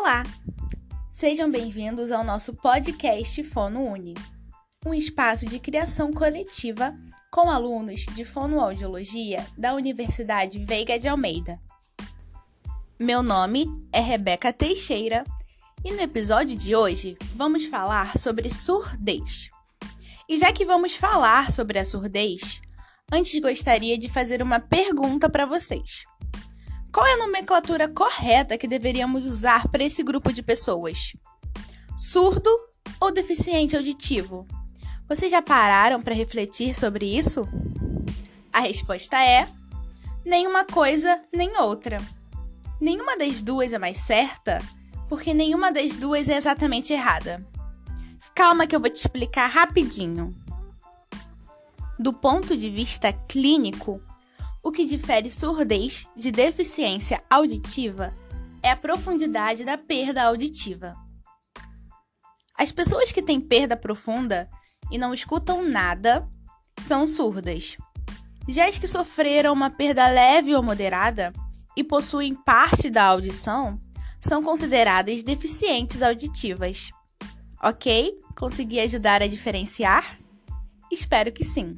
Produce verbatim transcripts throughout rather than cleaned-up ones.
Olá! Sejam bem-vindos ao nosso podcast FonoUni, um espaço de criação coletiva com alunos de fonoaudiologia da Universidade Veiga de Almeida. Meu nome é Rebeca Teixeira e no episódio de hoje vamos falar sobre surdez. E já que vamos falar sobre a surdez, antes gostaria de fazer uma pergunta para vocês. Qual é a nomenclatura correta que deveríamos usar para esse grupo de pessoas? Surdo ou deficiente auditivo? Vocês já pararam para refletir sobre isso? A resposta é: nenhuma coisa nem outra. Nenhuma das duas é mais certa, porque nenhuma das duas é exatamente errada. Calma que eu vou te explicar rapidinho. Do ponto de vista clínico, o que difere surdez de deficiência auditiva é a profundidade da perda auditiva. As pessoas que têm perda profunda e não escutam nada são surdas. Já as que sofreram uma perda leve ou moderada e possuem parte da audição são consideradas deficientes auditivas. Ok? Consegui ajudar a diferenciar? Espero que sim.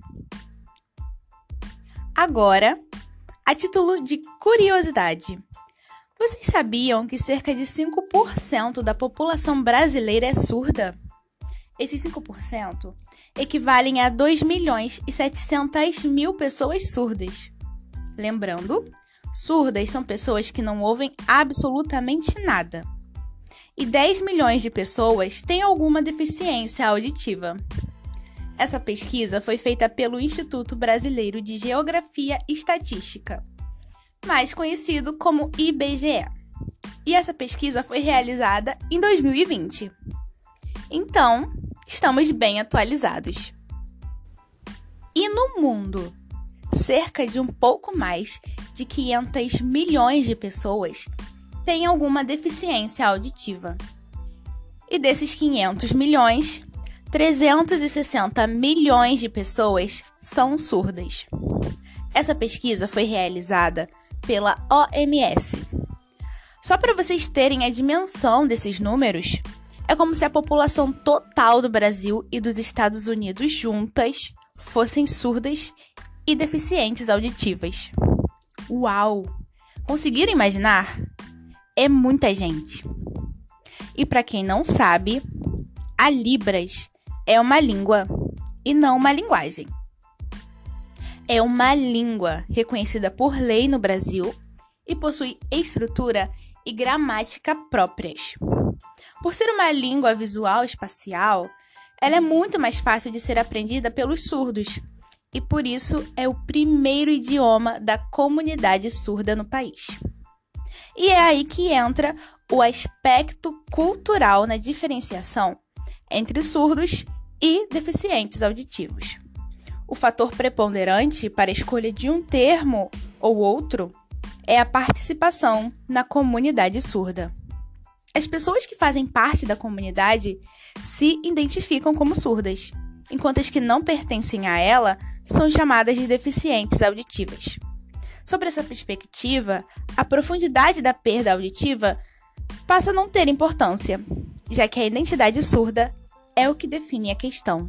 Agora, a título de curiosidade, vocês sabiam que cerca de cinco por cento da população brasileira é surda? Esses cinco por cento equivalem a dois milhões e setecentas mil pessoas surdas. Lembrando, surdas são pessoas que não ouvem absolutamente nada. E dez milhões de pessoas têm alguma deficiência auditiva. Essa pesquisa foi feita pelo Instituto Brasileiro de Geografia e Estatística, mais conhecido como I B G E. E essa pesquisa foi realizada em dois mil e vinte. Então, estamos bem atualizados. E no mundo, cerca de um pouco mais de quinhentos milhões de pessoas têm alguma deficiência auditiva. E desses quinhentos milhões, trezentos e sessenta milhões de pessoas são surdas. Essa pesquisa foi realizada pela O M S. Só para vocês terem a dimensão desses números, é como se a população total do Brasil e dos Estados Unidos juntas fossem surdas e deficientes auditivas. Uau! Conseguiram imaginar? É muita gente. E para quem não sabe, a Libras é uma língua e não uma linguagem. É uma língua reconhecida por lei no Brasil e possui estrutura e gramática próprias. Por ser uma língua visual espacial, ela é muito mais fácil de ser aprendida pelos surdos e por isso é o primeiro idioma da comunidade surda no país. E é aí que entra o aspecto cultural na diferenciação entre surdos e deficientes auditivos. O fator preponderante para a escolha de um termo ou outro é a participação na comunidade surda. As pessoas que fazem parte da comunidade se identificam como surdas, enquanto as que não pertencem a ela são chamadas de deficientes auditivas. Sobre essa perspectiva, a profundidade da perda auditiva passa a não ter importância, já que a identidade surda é o que define a questão.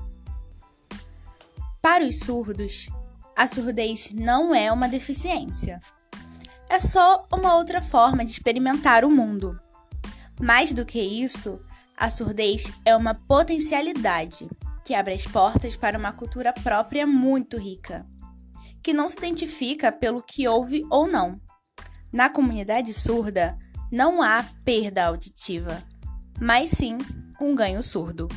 Para os surdos, a surdez não é uma deficiência. É só uma outra forma de experimentar o mundo. Mais do que isso, a surdez é uma potencialidade que abre as portas para uma cultura própria muito rica, que não se identifica pelo que ouve ou não. Na comunidade surda, não há perda auditiva, mas sim um ganho surdo.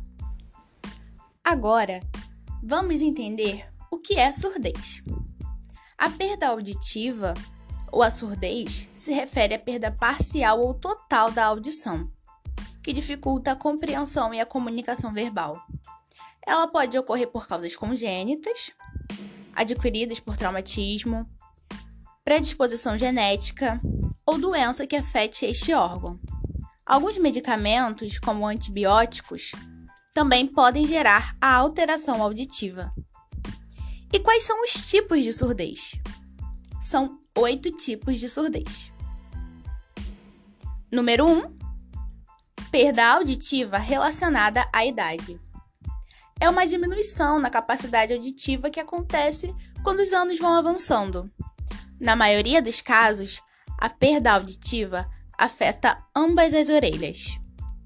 Agora, vamos entender o que é surdez. A perda auditiva, ou a surdez, se refere à perda parcial ou total da audição, que dificulta a compreensão e a comunicação verbal. Ela pode ocorrer por causas congênitas, adquiridas por traumatismo, predisposição genética ou doença que afete este órgão. Alguns medicamentos, como antibióticos, também podem gerar a alteração auditiva. E quais são os tipos de surdez? São oito tipos de surdez. Número um, perda auditiva relacionada à idade. É uma diminuição na capacidade auditiva que acontece quando os anos vão avançando. Na maioria dos casos, a perda auditiva afeta ambas as orelhas.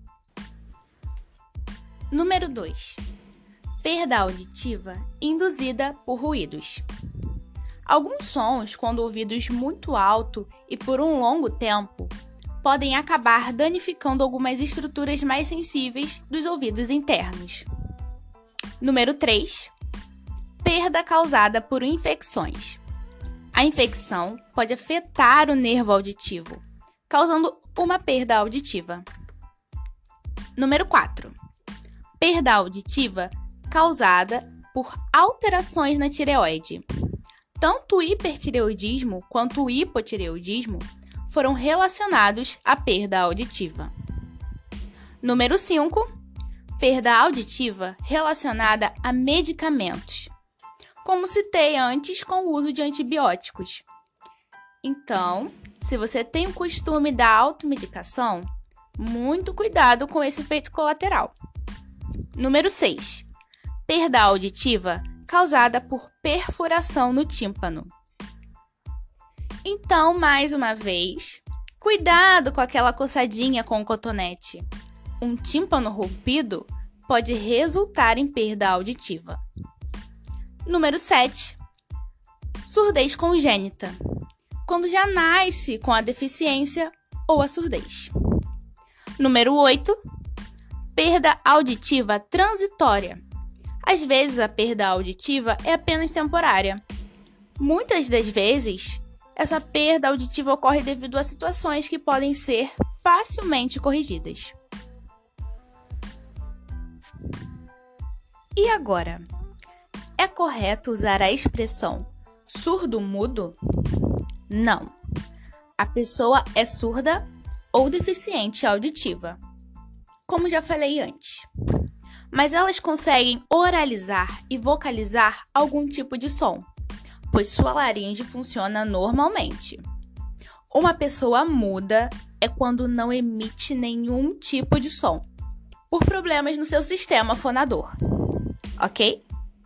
Número dois. Perda auditiva induzida por ruídos. Alguns sons, quando ouvidos muito alto e por um longo tempo, podem acabar danificando algumas estruturas mais sensíveis dos ouvidos internos. Número três. Perda causada por infecções. A infecção pode afetar o nervo auditivo, causando uma perda auditiva. Número quatro. Perda auditiva causada por alterações na tireoide. Tanto o hipertireoidismo quanto o hipotireoidismo foram relacionados à perda auditiva. Número cinco. Perda auditiva relacionada a medicamentos, como citei antes com o uso de antibióticos. Então, se você tem o costume da automedicação, muito cuidado com esse efeito colateral. Número seis. Perda auditiva causada por perfuração no tímpano. Então, mais uma vez, cuidado com aquela coçadinha com o cotonete. Um tímpano rompido pode resultar em perda auditiva. Número sete. Surdez congênita, quando já nasce com a deficiência ou a surdez. Número oito. Perda auditiva transitória. Às vezes, a perda auditiva é apenas temporária. Muitas das vezes, essa perda auditiva ocorre devido a situações que podem ser facilmente corrigidas. E agora? É correto usar a expressão surdo-mudo? Não. A pessoa é surda ou deficiente auditiva, como já falei antes. Mas elas conseguem oralizar e vocalizar algum tipo de som, pois sua laringe funciona normalmente. Uma pessoa muda é quando não emite nenhum tipo de som, por problemas no seu sistema fonador. Ok?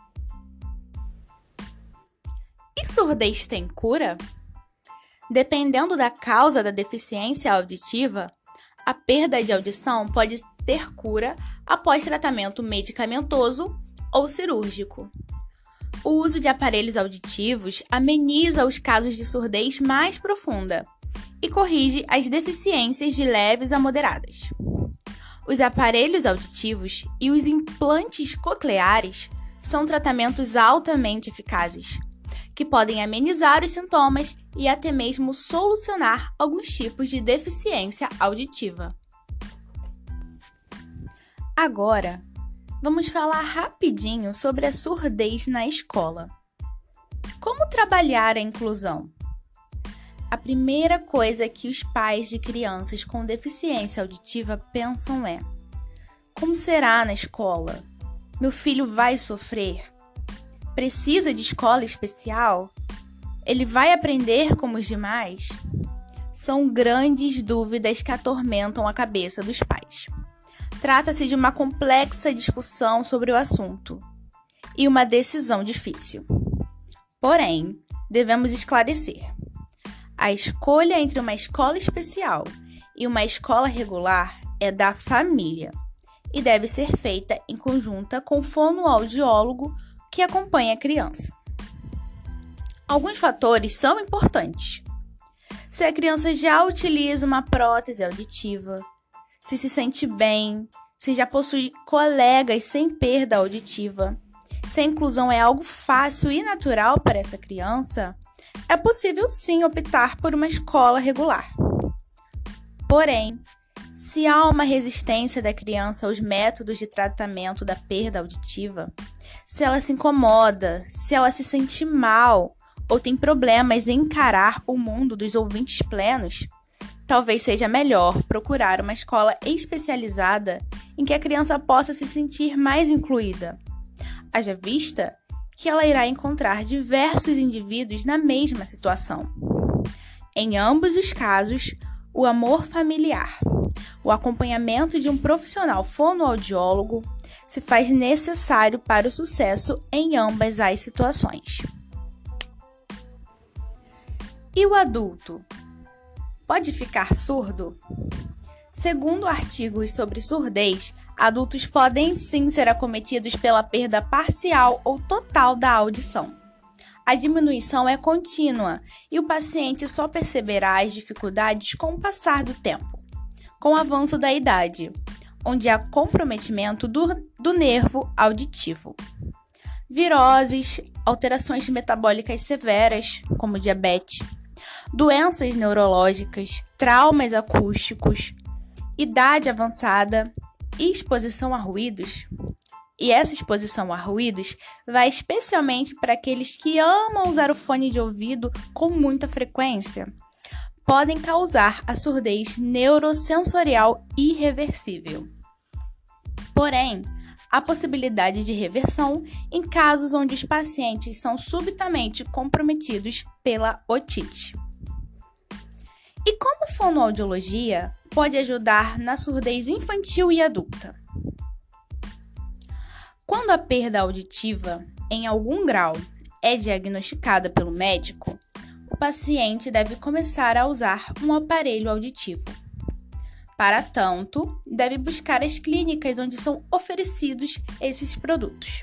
E surdez tem cura? Dependendo da causa da deficiência auditiva, a perda de audição pode ter cura após tratamento medicamentoso ou cirúrgico. O uso de aparelhos auditivos ameniza os casos de surdez mais profunda e corrige as deficiências de leves a moderadas. Os aparelhos auditivos e os implantes cocleares são tratamentos altamente eficazes, que podem amenizar os sintomas e até mesmo solucionar alguns tipos de deficiência auditiva. Agora, vamos falar rapidinho sobre a surdez na escola. Como trabalhar a inclusão? A primeira coisa que os pais de crianças com deficiência auditiva pensam é: como será na escola? Meu filho vai sofrer? Precisa de escola especial? Ele vai aprender como os demais? São grandes dúvidas que atormentam a cabeça dos pais. Trata-se de uma complexa discussão sobre o assunto e uma decisão difícil. Porém, devemos esclarecer: a escolha entre uma escola especial e uma escola regular é da família e deve ser feita em conjunta com o fonoaudiólogo que acompanha a criança. Alguns fatores são importantes. Se a criança já utiliza uma prótese auditiva, se se sente bem, se já possui colegas sem perda auditiva, se a inclusão é algo fácil e natural para essa criança, é possível sim optar por uma escola regular. Porém, se há uma resistência da criança aos métodos de tratamento da perda auditiva, se ela se incomoda, se ela se sente mal ou tem problemas em encarar o mundo dos ouvintes plenos, talvez seja melhor procurar uma escola especializada em que a criança possa se sentir mais incluída, haja vista que ela irá encontrar diversos indivíduos na mesma situação. Em ambos os casos, o amor familiar, o acompanhamento de um profissional fonoaudiólogo se faz necessário para o sucesso em ambas as situações. E o adulto? Pode ficar surdo? Segundo artigos sobre surdez, adultos podem sim ser acometidos pela perda parcial ou total da audição. A diminuição é contínua e o paciente só perceberá as dificuldades com o passar do tempo, com o avanço da idade, onde há comprometimento do, do nervo auditivo. Viroses, alterações metabólicas severas, como diabetes, doenças neurológicas, traumas acústicos, idade avançada e exposição a ruídos. E essa exposição a ruídos vai especialmente para aqueles que amam usar o fone de ouvido com muita frequência. Podem causar a surdez neurosensorial irreversível. Porém, há possibilidade de reversão em casos onde os pacientes são subitamente comprometidos pela otite. E como a fonoaudiologia pode ajudar na surdez infantil e adulta? Quando a perda auditiva, em algum grau, é diagnosticada pelo médico, o paciente deve começar a usar um aparelho auditivo. Para tanto, deve buscar as clínicas onde são oferecidos esses produtos.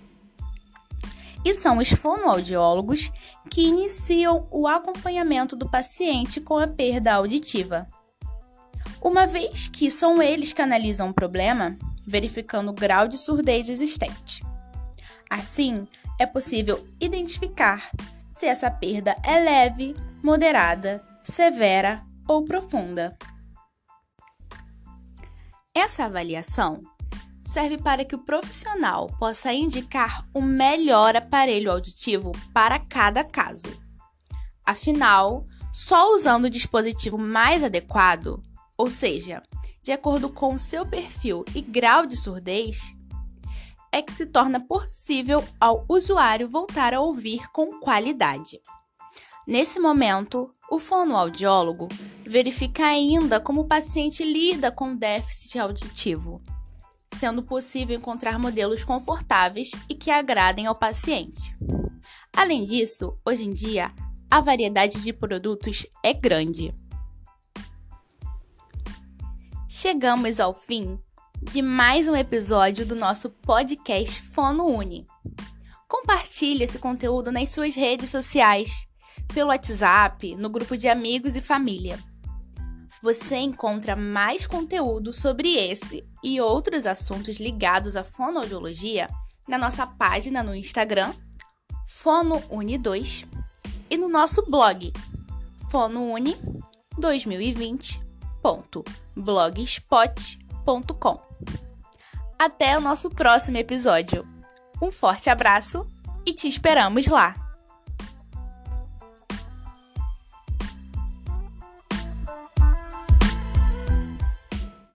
E são os fonoaudiólogos que iniciam o acompanhamento do paciente com a perda auditiva. Uma vez que são eles que analisam o problema, verificando o grau de surdez existente. Assim, é possível identificar se essa perda é leve, moderada, severa ou profunda. Essa avaliação serve para que o profissional possa indicar o melhor aparelho auditivo para cada caso. Afinal, só usando o dispositivo mais adequado, ou seja, de acordo com o seu perfil e grau de surdez, é que se torna possível ao usuário voltar a ouvir com qualidade. Nesse momento, o fonoaudiólogo verifica ainda como o paciente lida com déficit auditivo, sendo possível encontrar modelos confortáveis e que agradem ao paciente. Além disso, hoje em dia, a variedade de produtos é grande. Chegamos ao fim de mais um episódio do nosso podcast FonoUni. Compartilhe esse conteúdo nas suas redes sociais, pelo WhatsApp, no grupo de amigos e família. Você encontra mais conteúdo sobre esse e outros assuntos ligados à fonoaudiologia na nossa página no Instagram, FonoUni dois, e no nosso blog, fonouni dois mil e vinte ponto blogspot ponto com. Até o nosso próximo episódio. Um forte abraço e te esperamos lá!